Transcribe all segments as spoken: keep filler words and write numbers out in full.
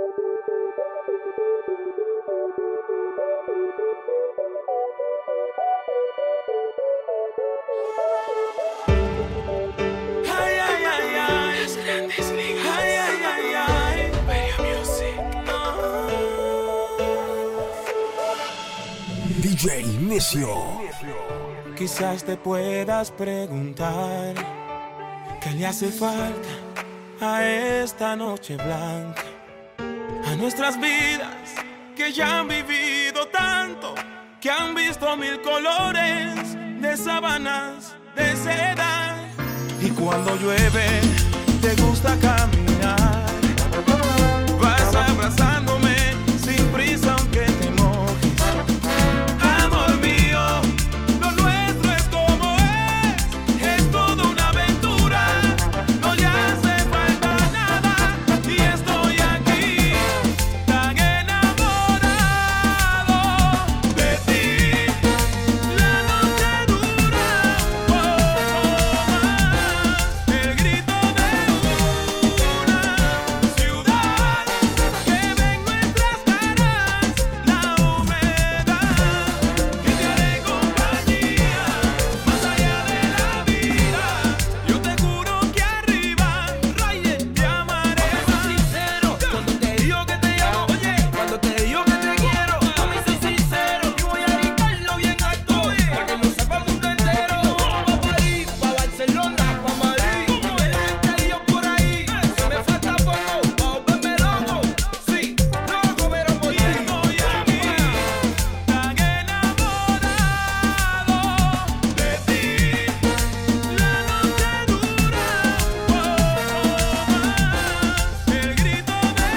D J Necio. Quizás te puedas preguntar qué le hace falta a esta noche blanca, a nuestras vidas que ya han vivido tanto, que han visto mil colores de sábanas de seda. Y cuando llueve te gusta caminar, vas abrazándome sin prisa aunque te mojes. Amor mío, lo nuestro es como es, es toda una aventura, no le hace falta nada y estoy aquí tan enamorado de ti. La noche dura un poco más, el grito de una ciudad que ven nuestras caras, la humedad que te haré compañía más allá de la vida. Yo te juro que arriba, Raye, te amaré más. Sincero, cuando te digo que te amo, oye, cuando te digo que te quiero, a mí soy sincero y voy a gritarlo bien alto, para que lo sepa el mundo entero. Vamos pa' París, pa' Barcelona, pa' Madrid, de la gente y yo por ahí. Si me falta poco, pa' volverme loco, sí, loco pero por ti. Estoy aquí tan enamorado de ti. La noche dura un poco más, el grito de una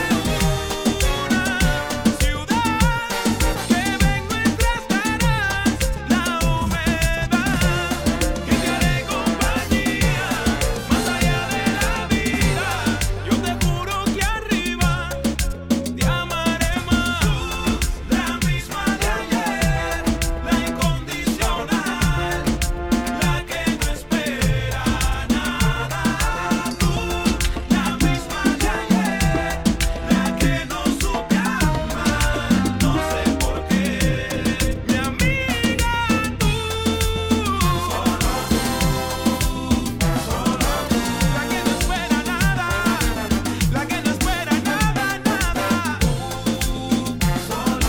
ciudad que ven nuestras caras, la humedad que te haré compañía más allá de la vida. Yo te juro que arriba te amaré más. La misma de ayer, la incondicional, la que no espera nada. Tú, la misma de ayer, la que no supe amar, no sé por qué. Mi amiga, tú, solo tú, solo tú, la que no espera nada, la que no espera nada, nada. Solo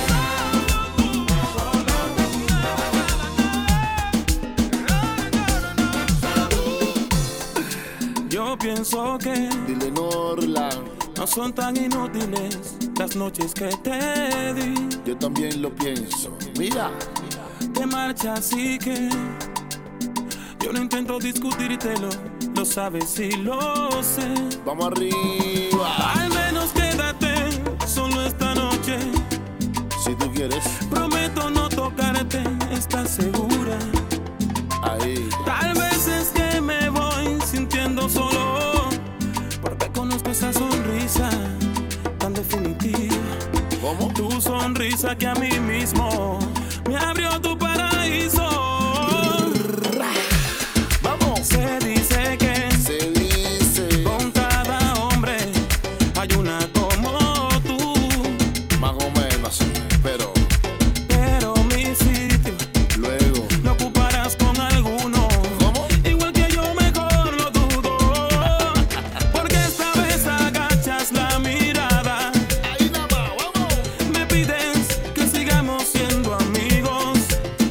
Yo pienso que Dile Norla, no son tan inútiles las noches que te di. yo también lo pienso. Mira, Te marchas y que yo no intento discutírtelo, lo sabes y lo sé. vamos arriba. Al menos quédate solo esta noche. Si tú quieres, Prometo no tocarte, ¿estás segura? ahí. Tal vez es que me voy sintiendo solo, porque conozco esa sonrisa tan definitiva. ¿Cómo? Tu sonrisa que a mí mismo me abrió tu paraíso. Vamos. Se dice que Se dice, con cada hombre hay una como tú, más o menos, pero pero mi sitio luego. lo ocuparás con alguno. ¿Cómo? Igual que yo, mejor lo dudo, porque esta vez agachas la mirada, Ahí nada más, vamos. me pides que sigamos siendo amigos.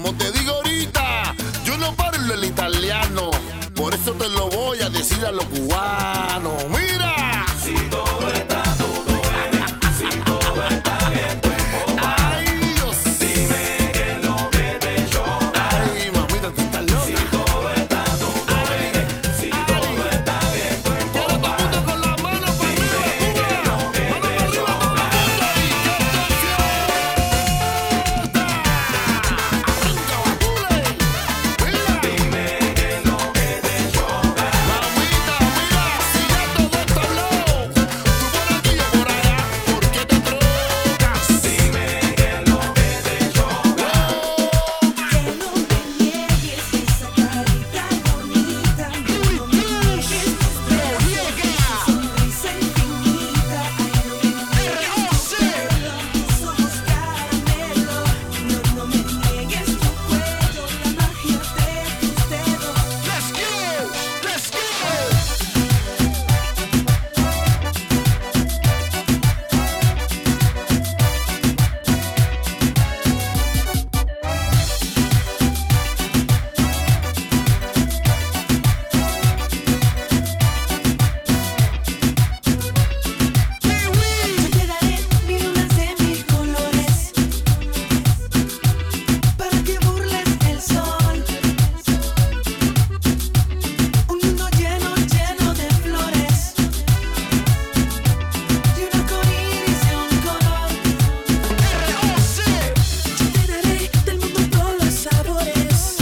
Como te digo ahorita, yo no parlo el italiano. Por eso te lo voy a decir a los cubanos. ¡Mira! Si todo está todo bien, si todo está bien, pues ¡Ay, Dios! dime qué es lo que te choca. ¡Ay, mamita, tú estás loca! Si todo está todo bien, si todo está bien, pues Todo el mundo con las manos para arriba, Cuba. Manos para arriba, todo el mundo. ¡Y que te fiesta! ¡Arranca, Batule! ¡Mira! dime qué es lo que te choca. Mamita, mira, si ya todo está hablado, tú por aquí, yo por allá, ¿por qué te trocas? Dime qué es lo que te choca. Que no me niegues esa carita bonita, que no me niegues tus besos, tu sonrisa infinita, ay no me niegues tu pelo, tus ojos caramelo, no, no me niegues tu cuello, la magia de tus dedos. Let's go, let's go. Yo te daré mil lunas de mil colores para que burles el sol. Un mundo lleno, lleno de flores y un arcoíris de un color. Yo te daré del mundo todos los sabores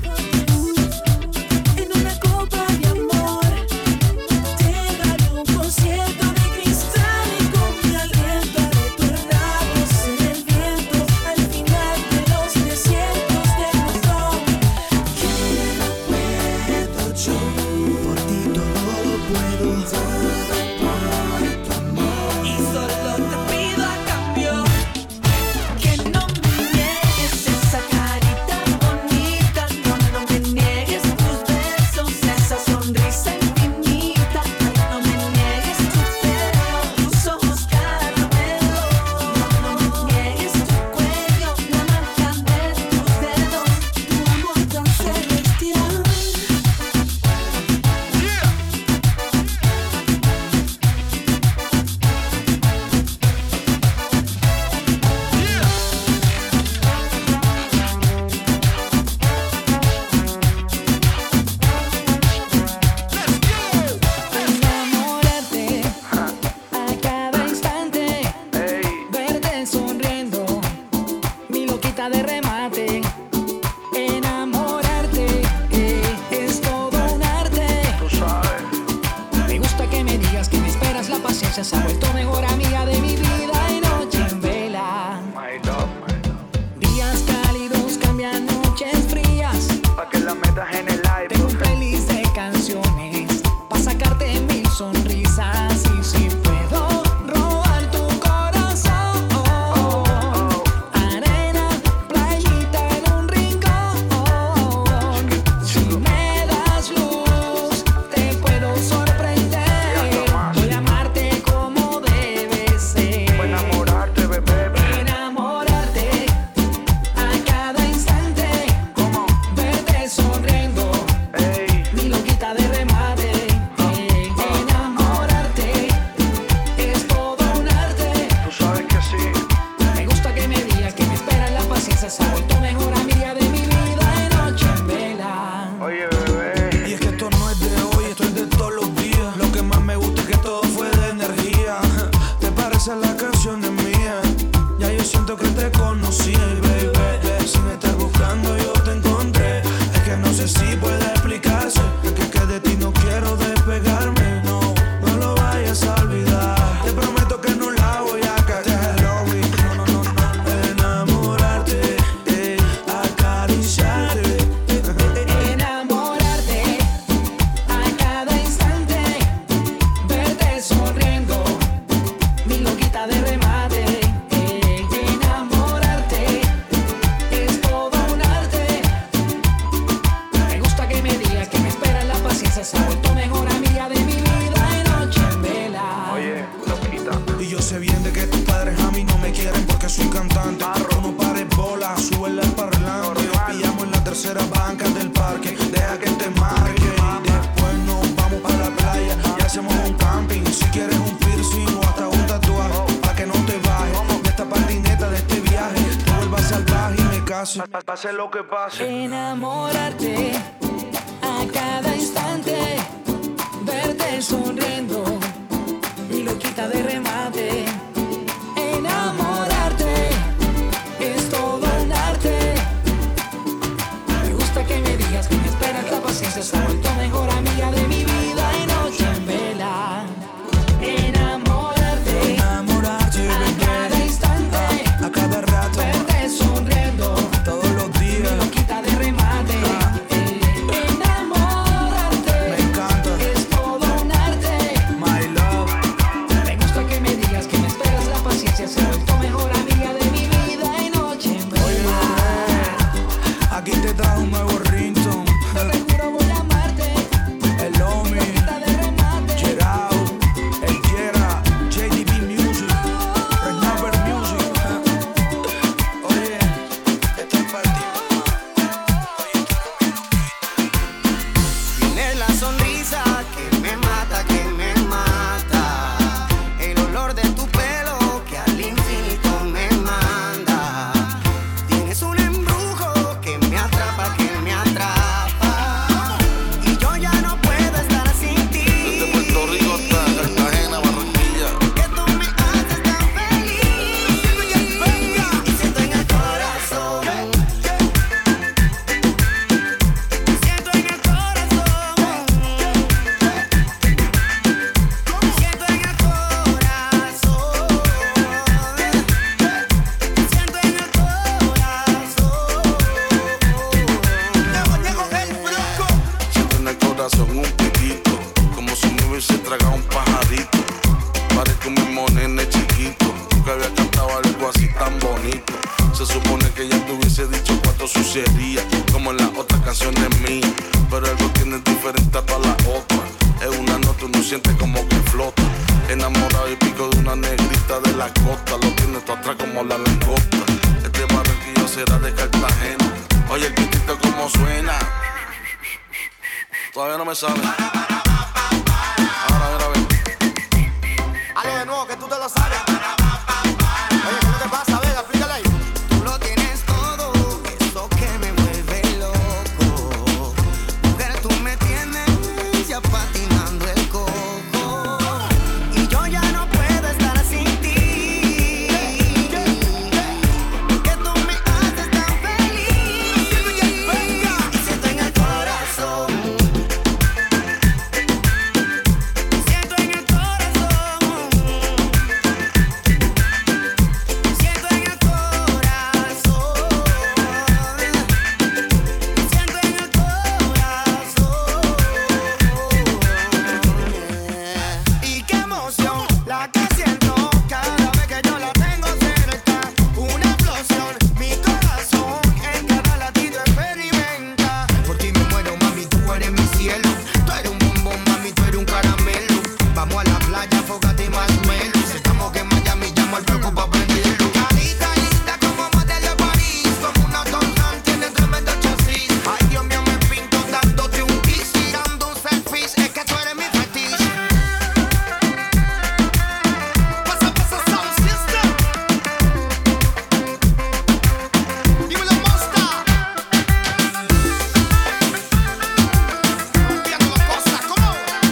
en una copa de amor. Te daré un concierto de cristal y con mi aliento haré tornados en el viento al final de los desiertos de los dos. Que no puedo yo, por ti todo lo puedo, todo por tu amor. Y solo te pido a cambio que no me niegues esa carita bonita, no, no me niegues tus besos, esa sonrisa infinita, ay, no me niegues tu pelo, tus ojos caramelo, no, no me niegues tu cuello, la magia de tus dedos, tu amor tan celestial. Enamorarte a cada instante, verte sonriendo, mi loquita de remate. Enamorarte eh, es todo un arte. Me gusta que me digas que me esperas, la paciencia se ha vuelto mejor amiga de mi vida y noche en vela. Días cálidos cambian noches frías. Pa' que la metas en el Tengo un iPod. playlist de canciones pa' sacarte mil sonrisas y si puedo robar tu corazón, arena, playita en un rincón. Si me das luz, te puedo sorprender. Voy a amarte como debe pase, pase lo que pase. Enamorarte a cada instante, verte sonriendo, mi loquita de remate. Enamorarte es todo un arte. Me gusta que me digas que me esperas, la paciencia se ha vuelto mejor amiga de mi vida y noche en vela. Enamorarte, Enamorarte, a bebé, cada instante, a cada rato, verte sonriendo, todos los mi días. loquita de remate. Enamorarte Me encanta, es todo un arte. my love. Me gusta que me digas que me esperas, la paciencia se ha vuelto mejor amiga de mi vida y noche en Oye, vela. bebé, aquí te trajo un nuevo ringtone. Te juro voy a amarte, El Omi, loquita de remate. Gerao, el Gera, J D B Music, Renapper Music. Oye, esto es para ti, mamá. Tienes la sonrisa que me mata, que me mata. El olor de tu pelo que al infinito me manda. Tienes un embrujo que me atrapa, que me atrapa. Y yo ya no puedo estar sin ti. Desde Puerto Rico hasta Cartagena, Barranquilla. Que tú me haces tan feliz. Y siento en el corazón. Siento en el corazón. Siento en el corazón. Siento en el corazón. Siento en el corazón un piquito, como si me hubiese tragado un pajarito. Parezco un mismo nene chiquito, nunca había cantado algo así tan bonito. Se supone que ya te hubiese dicho cuatro sucierías, como en las otras canciones mías. Pero algo tienes diferente a todas las otras. Es una nota, uno siente como que flota. Enamorado y pico de una negrita de la costa. Lo tienes tú atrás como la langosta. Este barranquillo será de Cartagena. Oye, el pitito como suena. Todavía no me sabe. Ahora, ahora, ven. Hazlo de nuevo que tú te lo sabes. Oye, ¿qué no te pasa? Venga, explícale ahí. Tú lo tienes todo, eso que me vuelve loco. Mujer, tú me tienes ya patinando el coco. Y yo ya no puedo estar sin ti. Que tú me haces tan feliz. Y siento en el corazón. Siento en el corazón. Siento en el corazón. Siento en el corazón. Y qué emoción la que siento cada vez que yo la tengo cerca. Una explosión, mi corazón en cada latido experimenta. Por ti me muero, mami, tú eres mi cielo. Tú eres un bombón, mami, tú eres un caramelo. Vamos a la playa, fócate más melo. Si estamos que en Miami, llamo al bloco pa' prenderlo. Carita linda como modelo de París. Como una Donald, tiene tremendo chasis. Ay, Dios mío, me pinto dándote un kiss. Tirando un selfie, es que tú eres mi fetiche. Pasa, pasa, sound system. Dímelo, Monsta. Cambiando las cosas, ¿cómo?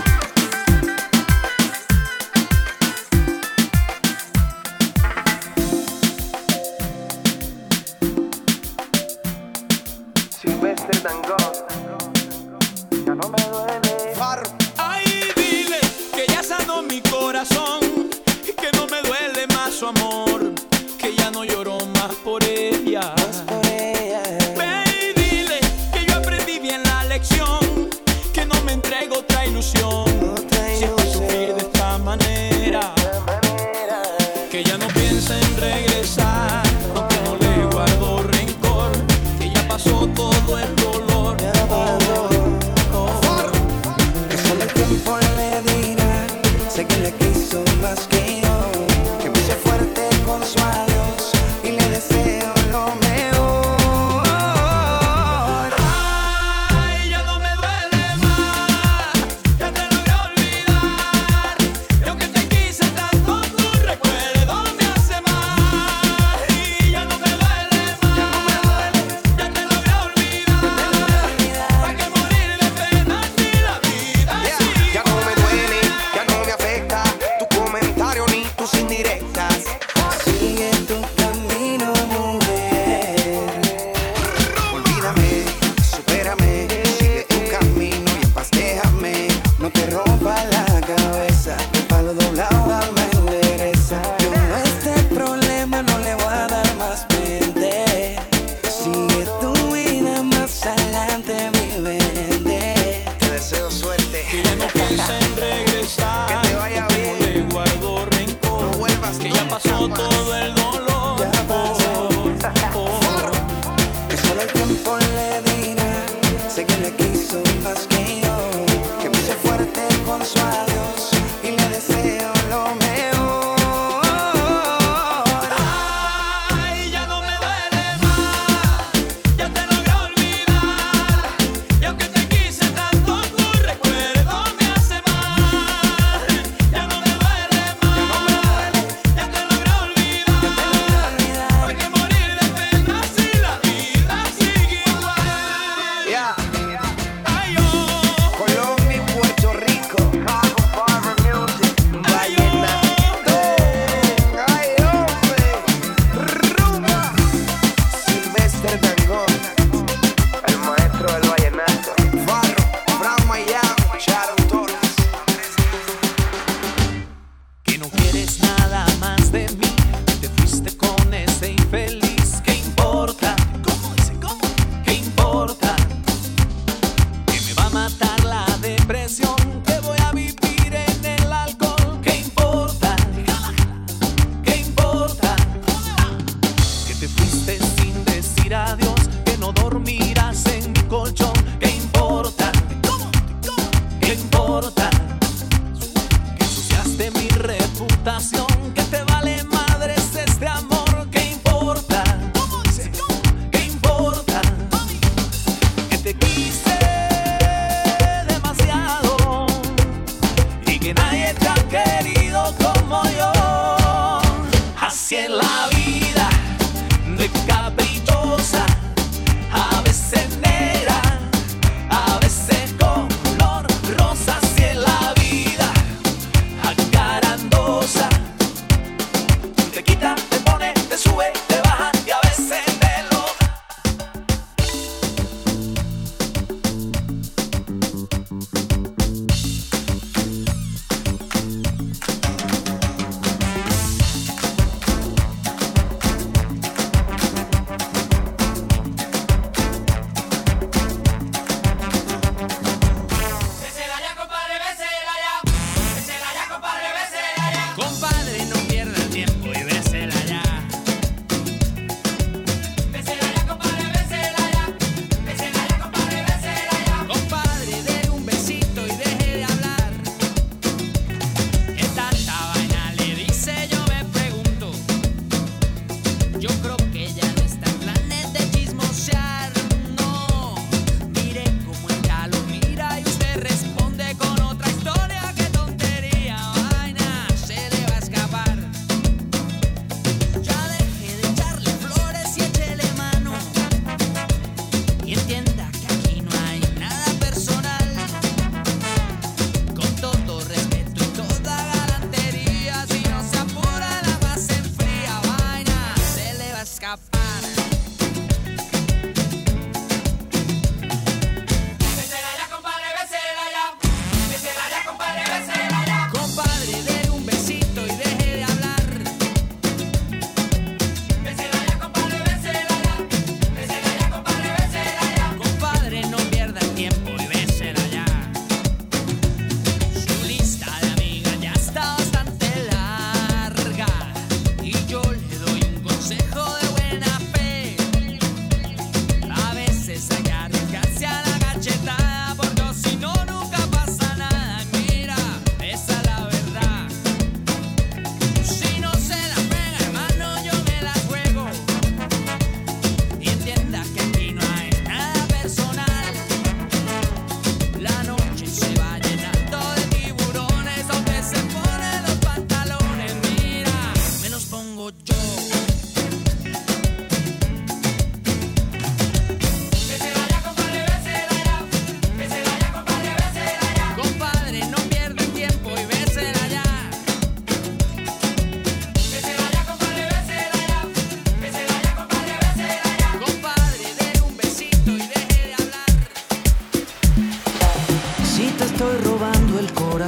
Silvestre Dangond, ya no me duele. Ay, dile que ya sanó mi corazón, que no me duele más su amor, que ya no lloro más por ella. Ve y dile que yo aprendí bien la lección, que no me entrego otra ilusión, si es para sufrir de esta manera, que ya no piensa en regresar, aunque no le guardo rencor, que ya pasó todo el dolor. Que solo el tiempo le dirá. Sé que le quiso más que yo. Que me hice fuerte con su adiós y le deseo lo mejor.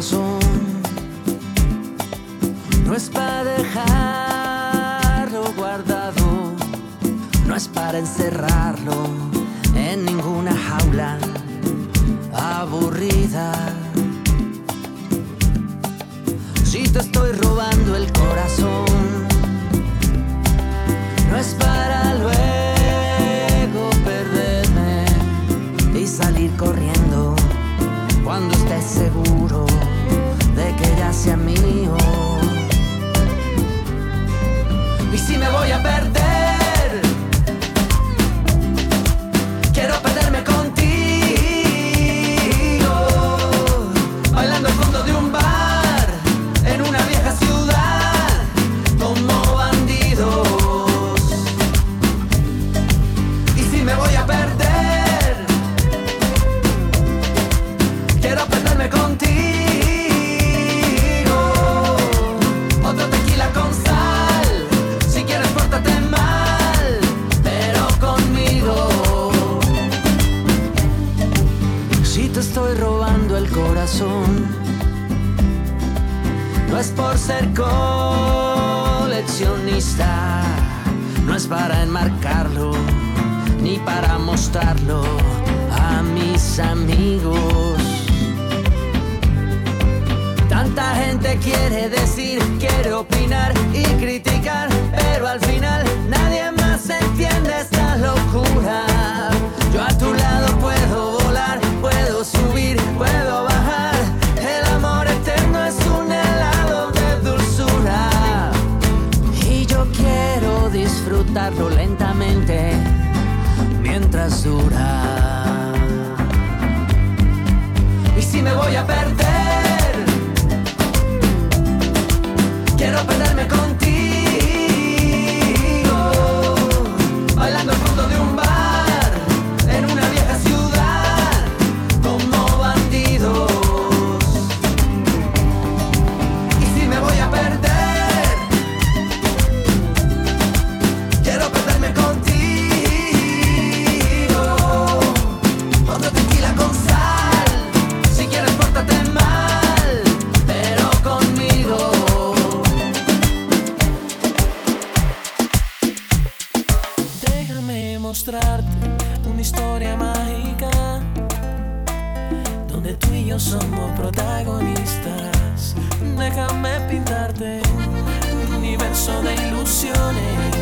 corazón no es para dejarlo guardado, no es para encerrarlo en ninguna jaula aburrida. Si te estoy robando el corazón, no es para luego perderme y salir corriendo cuando estés seguro de que ya sea mío. Y si me voy a perder, quiero perderme contigo, bailando al fondo de un bar en una vieja ciudad como bandidos. Y si me voy a perder, quiero perderme contigo, otro tequila con sal, si quieres pórtate mal, pero conmigo. Si te estoy robando el corazón, no es por ser coleccionista, no es para enmarcarlo, ni para mostrarlo a mis amigos. Tanta gente quiere decir, quiere opinar y criticar, pero al final nadie más entiende esta locura. Yo a tu lado puedo volar, puedo subir, puedo bajar. El amor eterno es un helado de dulzura y yo quiero disfrutarlo lentamente mientras dura. Y si me voy a perder, quiero perderme contigo, bailando al fondo de un bar en una vieja ciudad como bandidos. Y si me voy a perder, quiero perderme contigo, otro tequila con sal, si quieres pórtate mal, pero conmigo. Déjame mostrarte una historia mágica donde tú y yo somos protagonistas. Déjame pintarte un universo de ilusiones.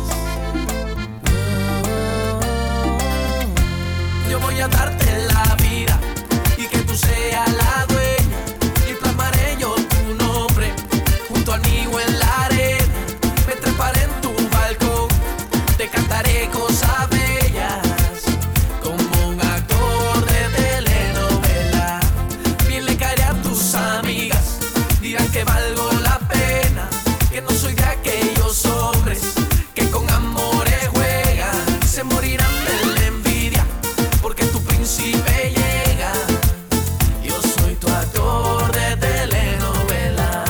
Oh, yo voy a darte la vida y que tú seas la dueña y plasmaré yo tu nombre junto al mío en la arena. Me treparé en tu balcón, te cantaré cosas bellas como un actor de telenovela. Bien le caeré a tus amigas, dirán que valgo la pena, que no soy de aquellos hombres que con amores juegan. Se morirán de la envidia porque tu príncipe llega. Yo soy tu actor de telenovela.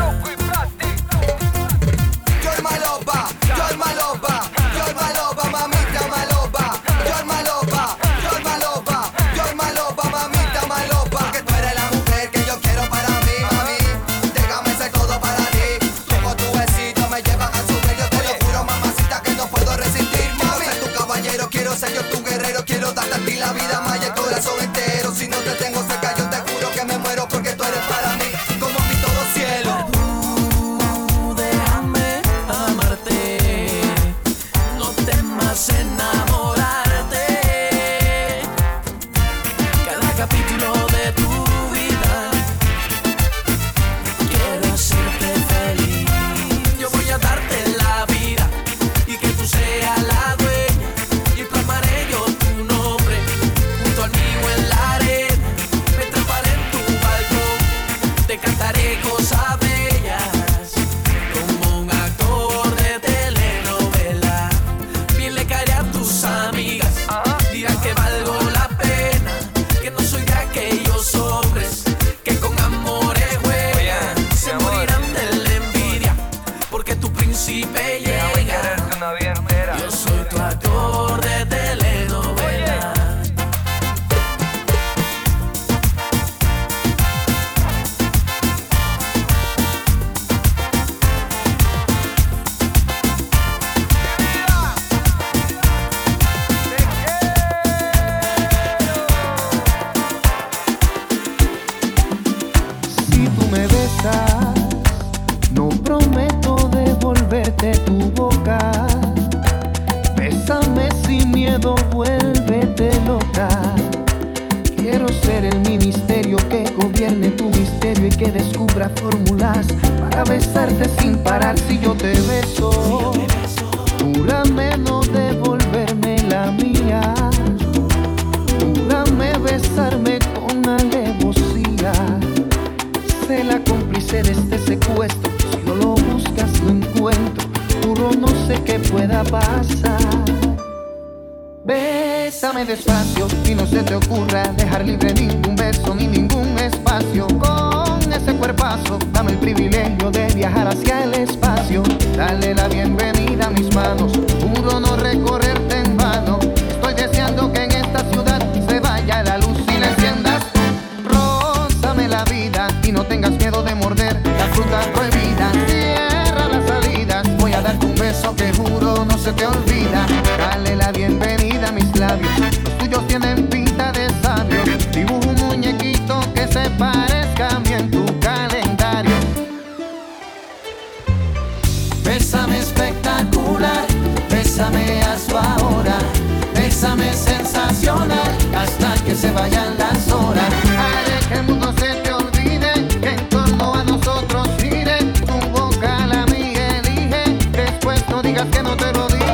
You're my loba, you're my loba, you're my loba, mamita my loba. You're my loba, you're my loba, you're my loba, mamita my loba. Que tú eres la mujer que yo quiero para mí, mami. Déjame ser todo para ti. Como tu besito me llevan a su yo te lo juro, mamacita, que no puedo resistir. Quiero ser tu caballero, quiero ser yo tu guerrero, quiero darte a ti la vida más y el corazón entero. Si no te tengo cerca, yo te juro que me muero porque tú eres para mí como mi todo cielo. Tú déjame amarte, no temas enamorarte. Cada capítulo de tu vida quiero hacerte feliz. Yo voy a darte la vida y que tú seas la dueña y plasmaré yo tu nombre junto al mío en la arena. que descubra fórmulas para besarte sin parar si yo te beso. Júrame no devolverme la mía. Júrame besarme con alevosía. Sé la cómplice de este secuestro. Si no lo buscas no encuentro. Juro no sé qué pueda pasar. Bésame despacio y no se te ocurra dejar libre ningún beso ni ningún espacio. Con ese cuerpazo dame el privilegio de viajar hacia el espacio. Dale la bienvenida a mis manos, juro no recorrerte en vano. Estoy deseando que en esta ciudad se vaya la luz y la enciendas. Rózame la vida y no tengas miedo de morder la fruta prohibida. Cierra las salidas, voy a darte un beso que juro no se te olvida. Dale la bienvenida a mis labios, los tuyos tienen pinta de sabios. Dibujo un muñequito que se parezca a mí en tu calendario. Bésame espectacular, bésame hazlo ahora. Bésame sensacional, hasta que se vayan las horas. Haré que el mundo se te olvide, que en torno a nosotros gire. Tu boca la mía elige, después no digas que no te lo dije.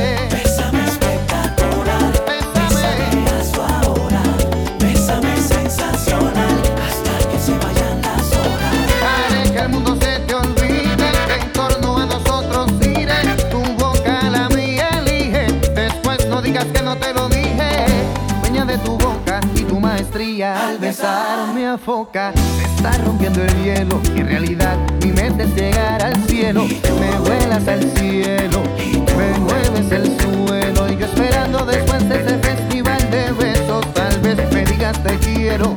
Que no te lo dije, dueña de tu boca y tu maestría. Al besar me afoca, se está rompiendo el hielo. En realidad mi mente es llegar al cielo. Me vuelas al cielo, me mueves el suelo. Y yo esperando después de ese festival de besos, tal vez me digas te quiero.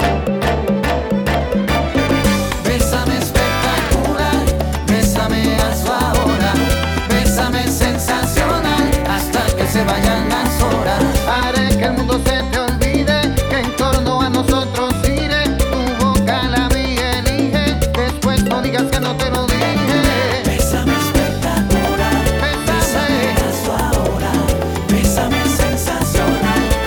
Bésame espectacular, bésame hazlo ahora. Bésame sensacional, hasta que se vayan las horas. Haré que el mundo se te olvide, que en torno a nosotros gire. Tu boca la mía elige, después no digas que no te lo dije. Bésame espectacular, bésame hazlo ahora. Bésame sensacional,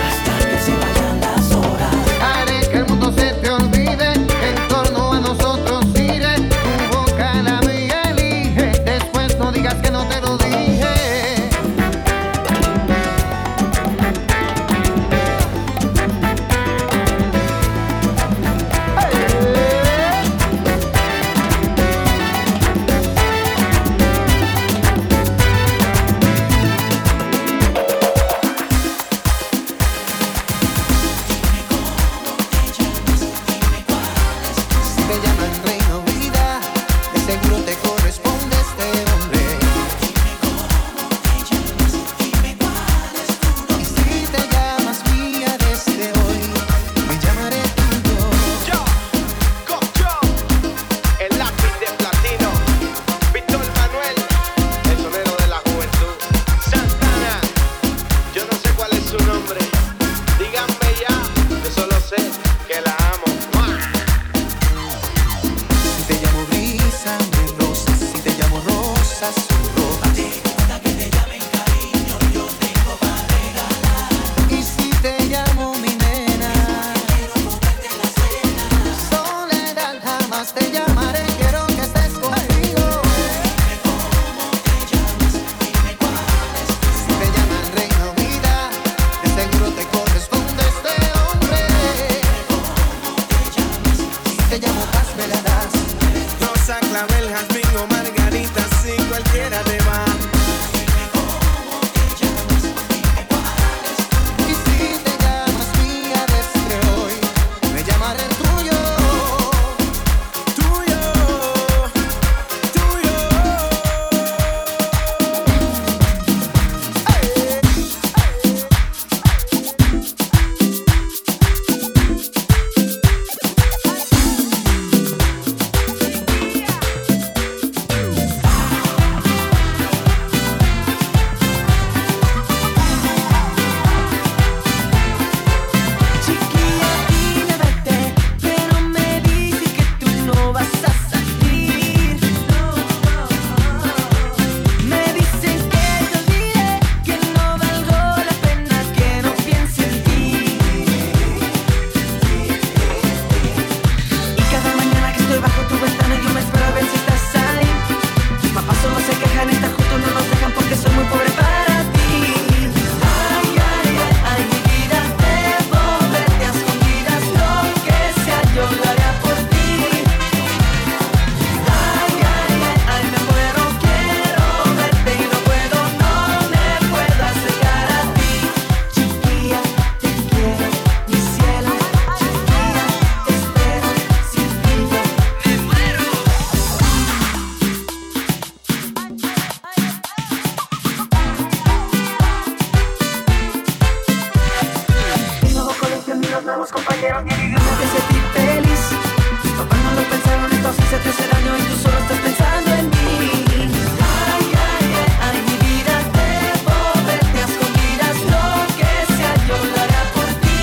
somos compañeros ni digamos que hacerte feliz. Tus papás no lo pensaron, entonces se te hace daño y tú solo estás pensando en mí. Ay, ay, ay, ay, mi vida, debo verte a escondidas, lo que sea yo lo haré por ti.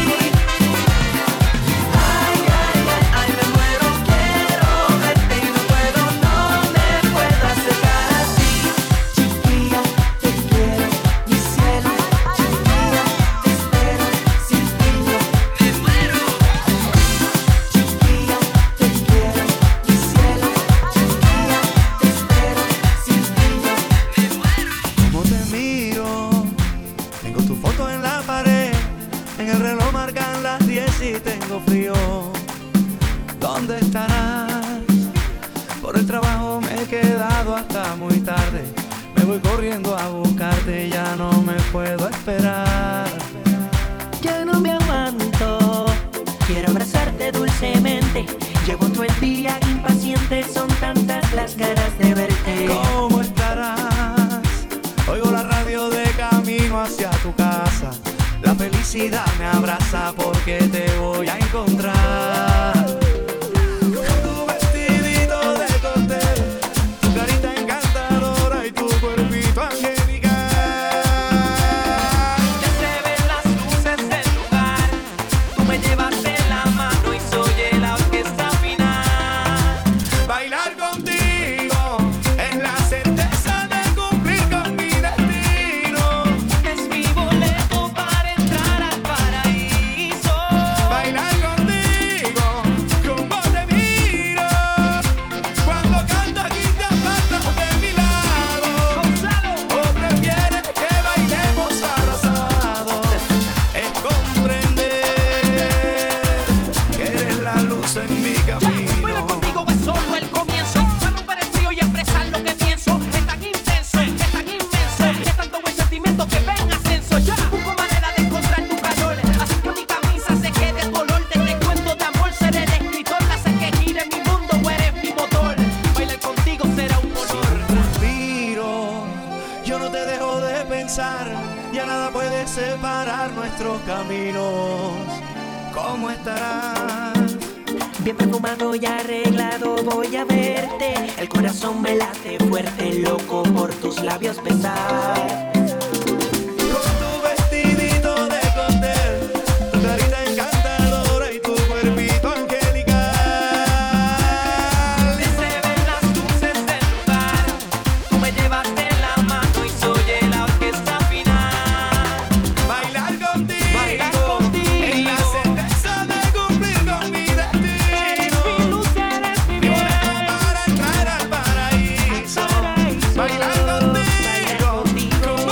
Ay, ay, ay, ay, me muero, quiero verte y no puedo, no me puedo acercar a ti. Chiquilla, te quiero, mi cielo, chiquilla, te espero, sin ti yo me muero. Chiquilla, te quiero, mi cielo, chiquilla, te espero, sin ti yo me muero. Cómo te miro, tengo tu foto en la pared, en el reloj marcan las diez y tengo frío. ¿Dónde estarás? Por el trabajo me he quedado hasta muy tarde. Me voy corriendo a buscarte, ya no me puedo esperar. Ya no me aguanto, quiero abrazarte dulcemente. Llevo todo el día impaciente, son tantas las ganas de verte. ¿Cómo estarás? Oigo la radio de camino hacia tu casa. La felicidad me abraza porque te voy a encontrar. Con tu vestidito de cóctel, tu carita encantadora y tu cuerpito angelical. Ya se ven las luces del lugar, tú me llevas de la mano y soy el orquesta final. Bailar contigo es la certeza de cumplir con mi destino. Es mi boleto para entrar al paraíso. Bailar contigo, como te miro. Cuando canto aquí te apartas de mi lado. ¿O prefieres que bailemos abrazados? Es comprender que eres la luz en mi Bailar camino. contigo es solo el comienzo, para romper el frío y expresar lo que pienso. Es tan intenso, es tan inmenso, es tanto buen sentimiento que ven ascenso. Ya busco manera de encontrar tu calor, así que mi camisa se quede el color de este cuento de amor. Seré el escritor, hace que gire mi mundo, eres mi motor. Bailar contigo será un honor. Respiro, yo no te dejo de pensar. Ya nada puede separar nuestros caminos. ¿Cómo estarás? Bien perfumado y arreglado voy a verte. El corazón me late fuerte, loco por tus labios besar. Con tu vestidito de cóctel, tu carita encantadora y tu cuerpito angelical. Se ven las luces del lugar, tú me llevas de la mano y soy el orquesta final. Bailar contigo, Bailar contigo es la certeza de cumplir con mi destino. Mi luz eres mi Mi bien. boleto para entrar al paraíso. Bailar contigo, como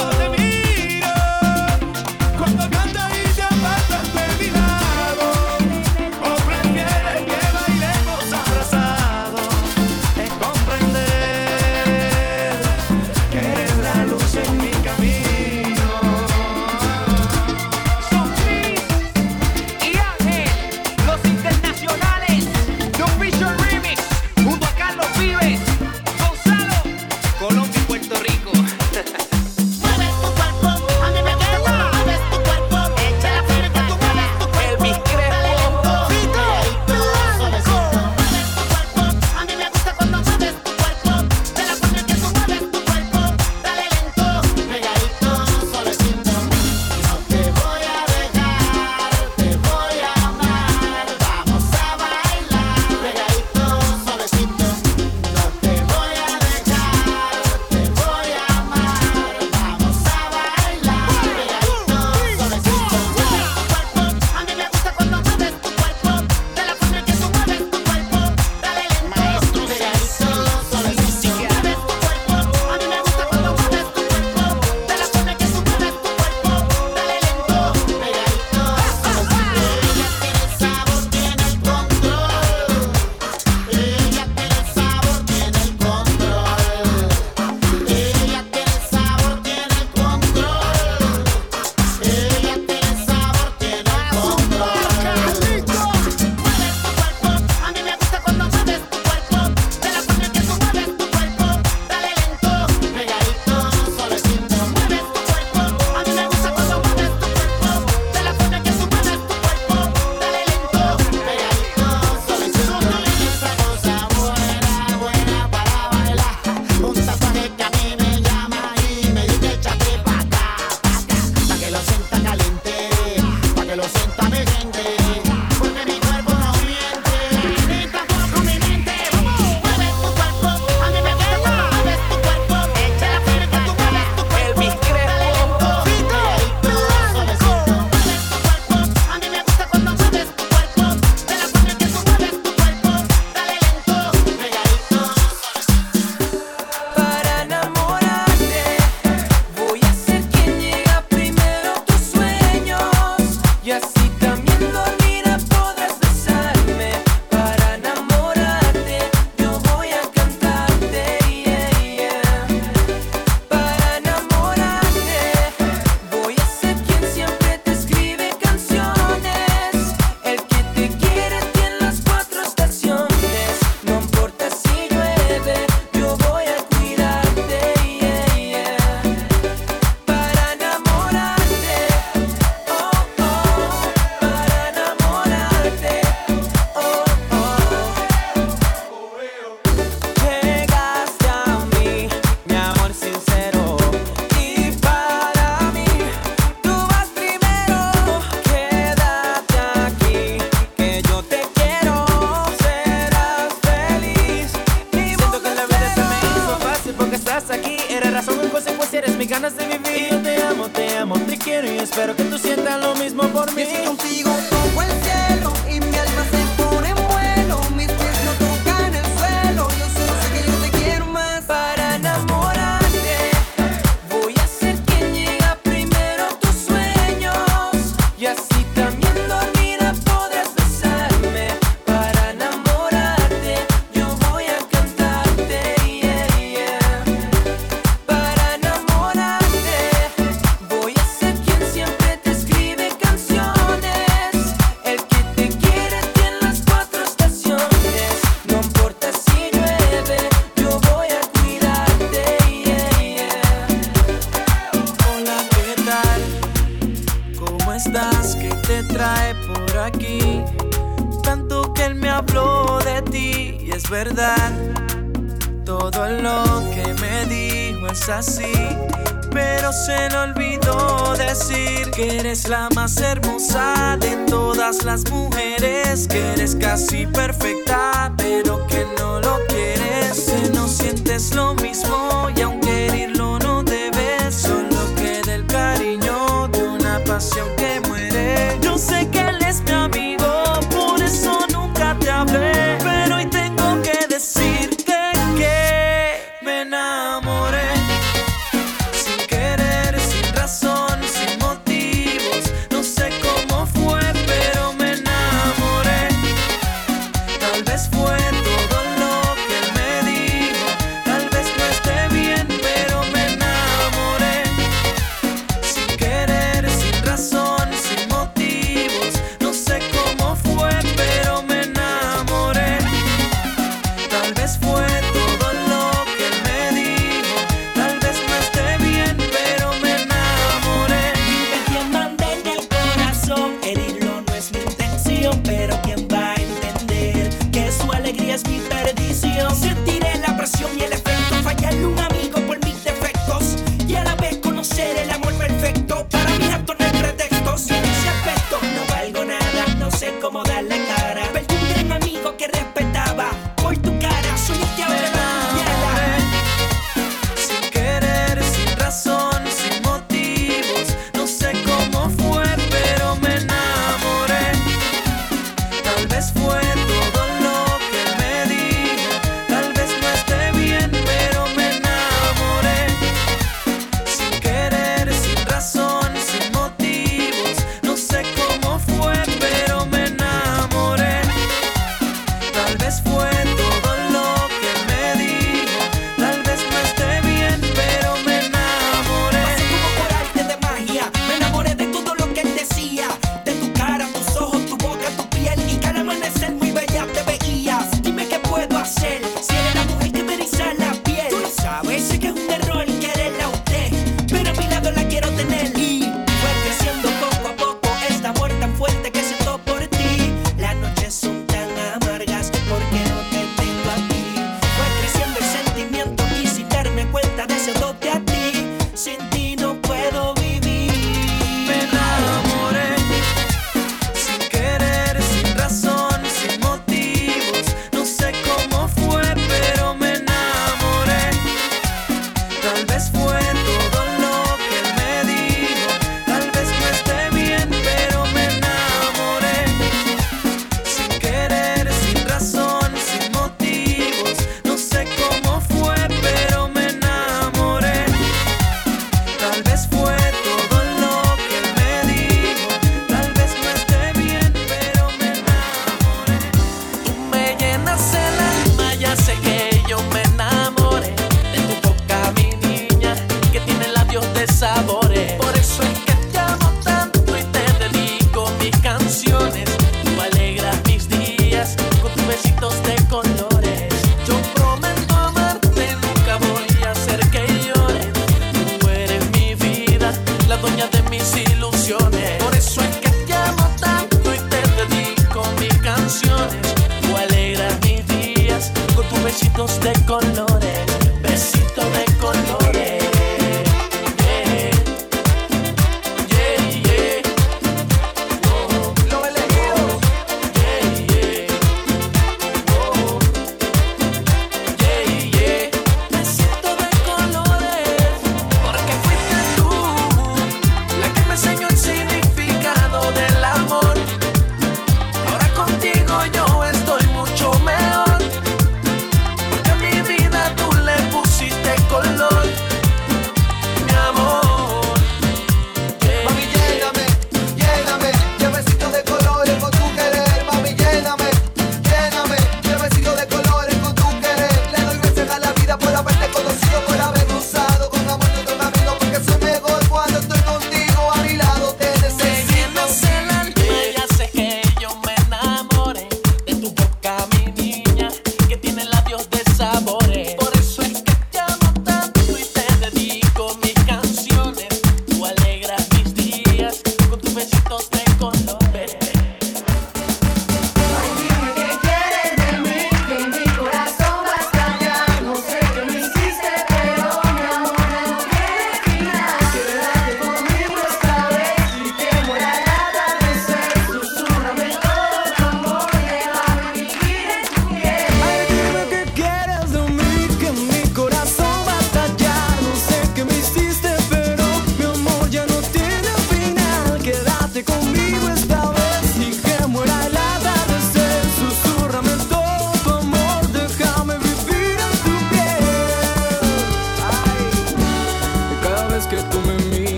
contigo toco el cielo y mi alma se pone en vuelo. Mis pies no tocan el suelo. Yo solo sé que yo te quiero más. Para enamorarte, voy a ser quien llega primero a tus sueños. Y así también dormida podrás besarme. Para enamorarte, yo voy a cantarte, yeah, yeah. Para enamorarte, voy a ser quien siempre te escribe canciones. El que te quiere tiene las cuatro estaciones. No importa si llueve, yo voy a cuidarte, yeah, yeah. Hola, ¿qué tal? ¿Cómo estás? ¿Qué te trae por aquí? Tanto que él me habló de ti y es verdad. Todo lo que me dijo es así, pero se le olvidó decir que eres la más hermosa de todas las mujeres, que eres casi perfecta, pero que no lo quieres, que no sientes lo mismo y aunque herirlo no debes, solo queda el cariño de una pasión que muere. Yo sé que él es mi amigo, por eso nunca te hablé, pero hoy tengo que decirte que me enamoré. Sin querer, sin razón, sin motivos, no sé cómo fue, pero me enamoré. Tal vez fue todo lo que él me dijo, tal vez no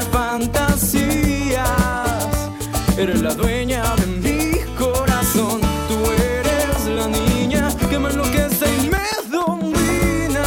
fantasías. Eres la dueña de mi corazón. Tú eres la niña que me enloquece y me domina.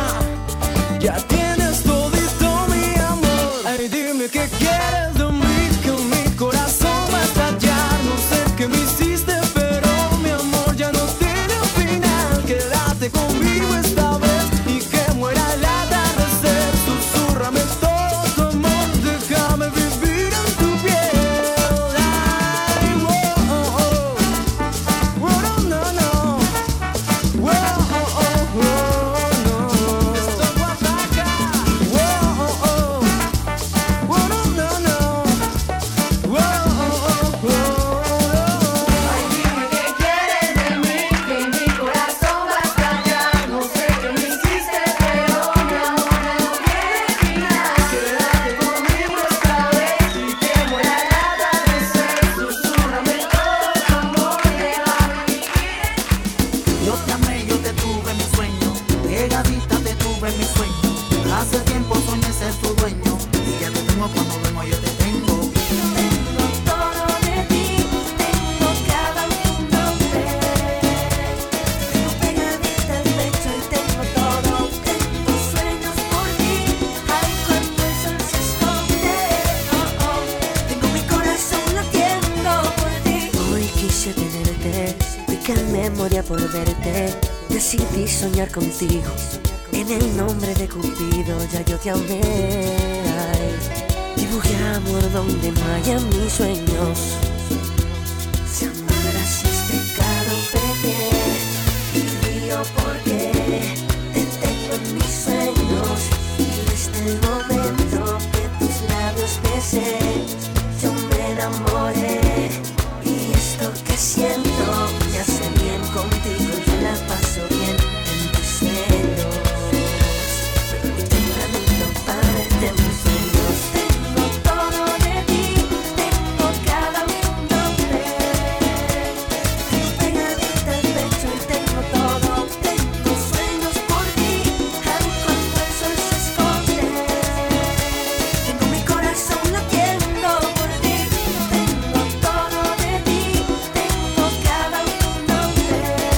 Ya tienes todito mi amor. Ay, dime qué quieres de mí, que mi corazón va a estallar. No sé qué me hiciste, pero mi amor ya no tiene final. Quédate conmigo esta vez y que muera el atardecer. Susúrrame todo tu amor, déjame vivir en tu piel. Ay, oh, oh, oh. Oh, no, no, no. Oh, oh, oh, oh, no. Estoy guapaca. Oh, oh, oh. Oh, no, no, no. Oh, oh, oh, oh. Ay, dime qué quieres de mí, que mi corazón va a estallar. No sé qué me hiciste, pero mi amor ya no tiene final. Quédate conmigo esta vez y que muera el atardecer. Susúrrame todo tu amor, déjame vivir. Yo te amé, yo te tuve en mi sueño, pegadita te tuve en mi sueño. Hace tiempo soñé ser tu dueño y ya te tengo cuando vengo, yo te tengo. Tengo todo de ti, tengo cada nombre. Tengo pegadita el pecho y tengo todo. Tengo sueños por ti, ay, cuando el sol se esconde. Oh, oh. Tengo mi corazón latiendo por ti. Hoy quise tenerte, pica en memoria por verte. Decidí soñar contigo, en el nombre de Cupido ya yo te amé. Ay, dibujé amor donde no haya mis sueños. Si amar así es pecado, pequé. Y río porque te tengo en mis sueños. Y desde el momento que tus labios besé, yo me enamoré. Y esto que siento me hace bien contigo. Yo la paso bien en tus celos. Pero muy tempranito para verte en mis sueños. Tengo todo de ti, tengo cada nombre. Tengo pegadita el pecho y tengo todo. Tengo sueños por ti, ay, cuando el sol se esconde. Tengo mi corazón latiendo por ti. Tengo todo de ti, tengo cada nombre.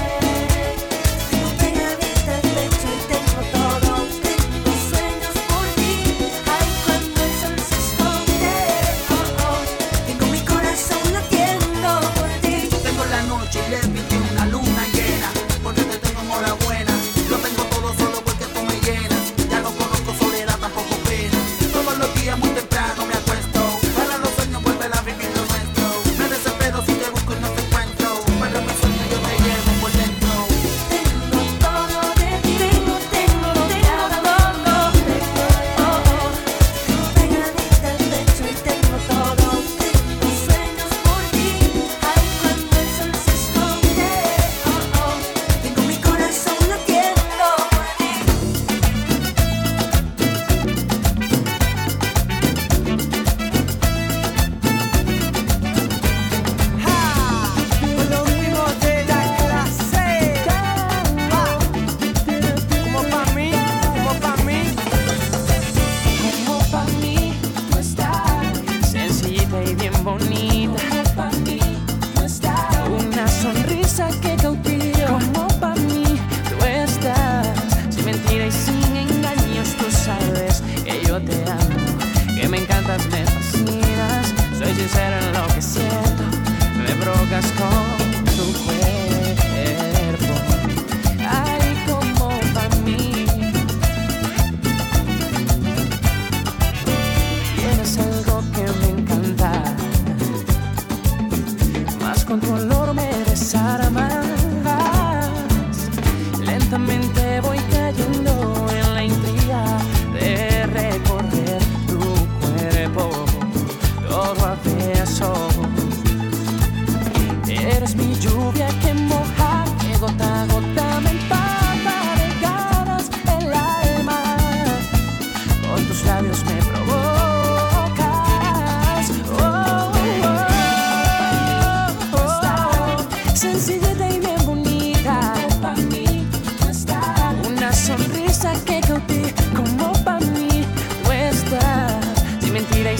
Tengo pegadita el pecho y tengo todo. Tengo sueños por ti, ay, cuando el sol se esconde. Oh, oh. Tengo mi corazón latiendo por ti. Tengo la noche y le pinté una luna llena, porque te tengo enhorabuena. Lo tengo todo solo porque tú me llenas. Ya no conozco soledad, tampoco pena. Todos los días muy temprano me acuesto, para los sueños vuelve a vivir lo nuestro. Me desespero si te busco y no te encuentro, pero en mis sueños yo te llevo por dentro. Tengo todo de ti, tengo, tengo, cada nombre. Oh, oh. Tengo pegadita el pecho y tengo todo. Tengo sueños por ti, ay, cuando el sol se esconde. Oh, oh. Tengo mi corazón latiendo por ti. Los mismos de la clase. Como pa' mí, como pa' mí. Como pa' mí tú estás, sencillita y bien bonita. Como pa' mí tú estás, Una sonrisa que cautiva. como pa' mí tú estás, sin mentira y sin engaños. Tú sabes que yo te amo, que me encantas, me fascinas. Soy sincero en lo que siento, me provocas con tu cuerpo. Ay, como pa' mí. Tienes algo que me encanta, más con tu olor me desarmas. Lentamente voy cayendo en la intriga de recorrer tu cuerpo, todo a besos. Eres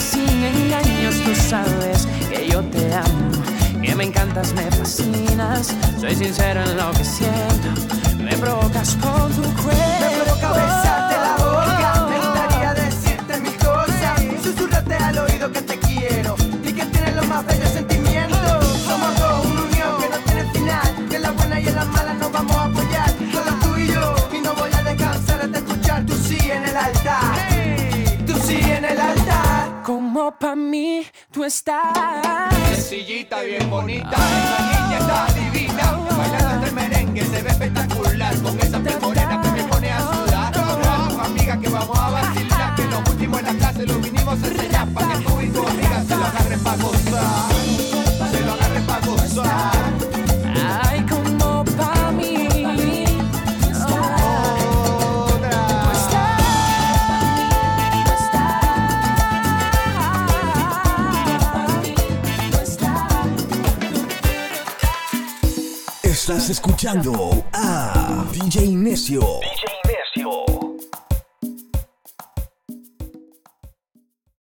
sin engaños, tú sabes que yo te amo, que me encantas, me fascinas. Soy sincero en lo que siento, me provocas con tu cuerpo. Me provoca besarte la boca, me gustaría decirte mil cosas, susurrarte al oído que te quiero y que tienes los más bellos sentimientos. Somos dos, una unión que no tiene final, que en las buenas y en las malas nos vamos a apoyar, solo tú y yo, y no voy a descansar de escuchar tu sí en el altar, tu sí en el altar. Como pa' mí tú estás. Sencillita, bien bonita, esa niña está divina, bailando entre el merengue se ve espectacular, con esa piel morena que me pone a sudar. Ahora, amiga, que vamos a vacilar, que lo último en la clase lo vinimos a enseñar, pa' que tú y tu amiga se lo agarren pa' gozar, se lo agarren pa' gozar. Ay, como pa' mí. Estás escuchando a D J Necio. D J